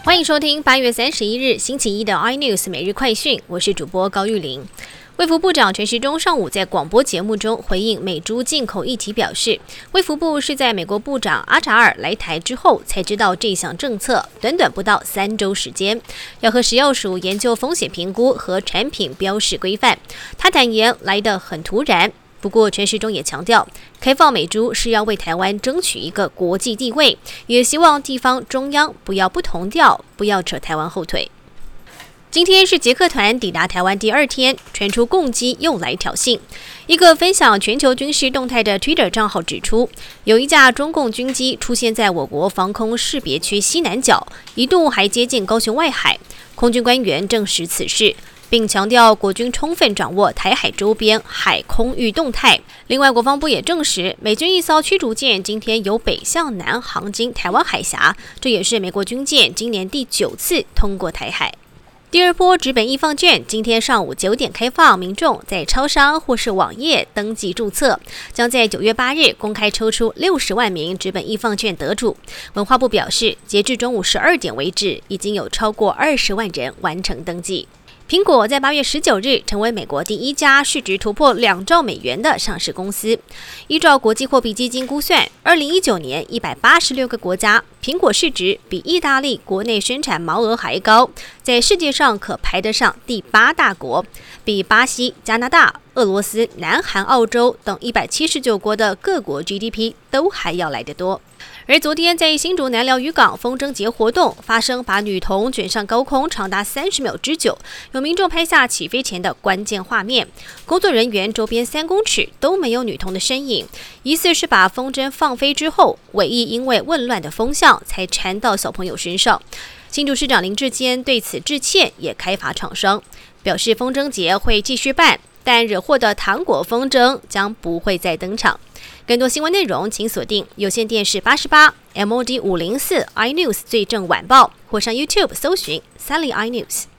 欢迎收听8月31日星期一的 iNews 每日快讯，我是主播高玉玲。卫福部长陈时中上午在广播节目中回应美猪进口议题表示，卫福部是在美国部长阿扎尔来台之后才知道这项政策，短短不到3周时间，要和食药署研究风险评估和产品标示规范。他坦言来得很突然。不过，陈时中也强调，开放美猪是要为台湾争取一个国际地位，也希望地方中央不要不同调，不要扯台湾后腿。今天是捷克团抵达台湾第2天，传出共机又来挑衅。一个分享全球军事动态的 Twitter 账号指出，有一架中共军机出现在我国防空识别区西南角，一度还接近高雄外海。空军官员证实此事，并强调国军充分掌握台海周边海空域动态。另外，国防部也证实，美军一艘驱逐舰今天由北向南航经台湾海峡，这也是美国军舰今年第9次通过台海。第2波纸本易放券今天上午9点开放，民众在超商或是网页登记注册，将在9月8日公开抽出60万名纸本易放券得主。文化部表示，截至中午12点为止，已经有超过20万人完成登记。苹果在8月19日成为美国第1家市值突破2兆美元的上市公司。依照国际货币基金估算，2019年186个国家，苹果市值比意大利国内生产毛额还高，在世界上可排得上第8大国，比巴西、加拿大、俄罗斯、南韩、澳洲等179国的各国 GDP 都还要来得多。而昨天在新竹南寮渔港风筝节活动发生，把女童卷上高空长达30秒之久，有民众拍下起飞前的关键画面。工作人员周边3公尺都没有女童的身影，疑似是把风筝放飞之后，尾翼因为混乱的风向才缠到小朋友身上。新竹市长林志坚对此致歉，也开罚厂商，表示风筝节会继续办，但惹祸的糖果风筝将不会再登场。更多新闻内容，请锁定有线电视88 MOD 504 iNews 最正晚报，或上 YouTube 搜寻3立 iNews。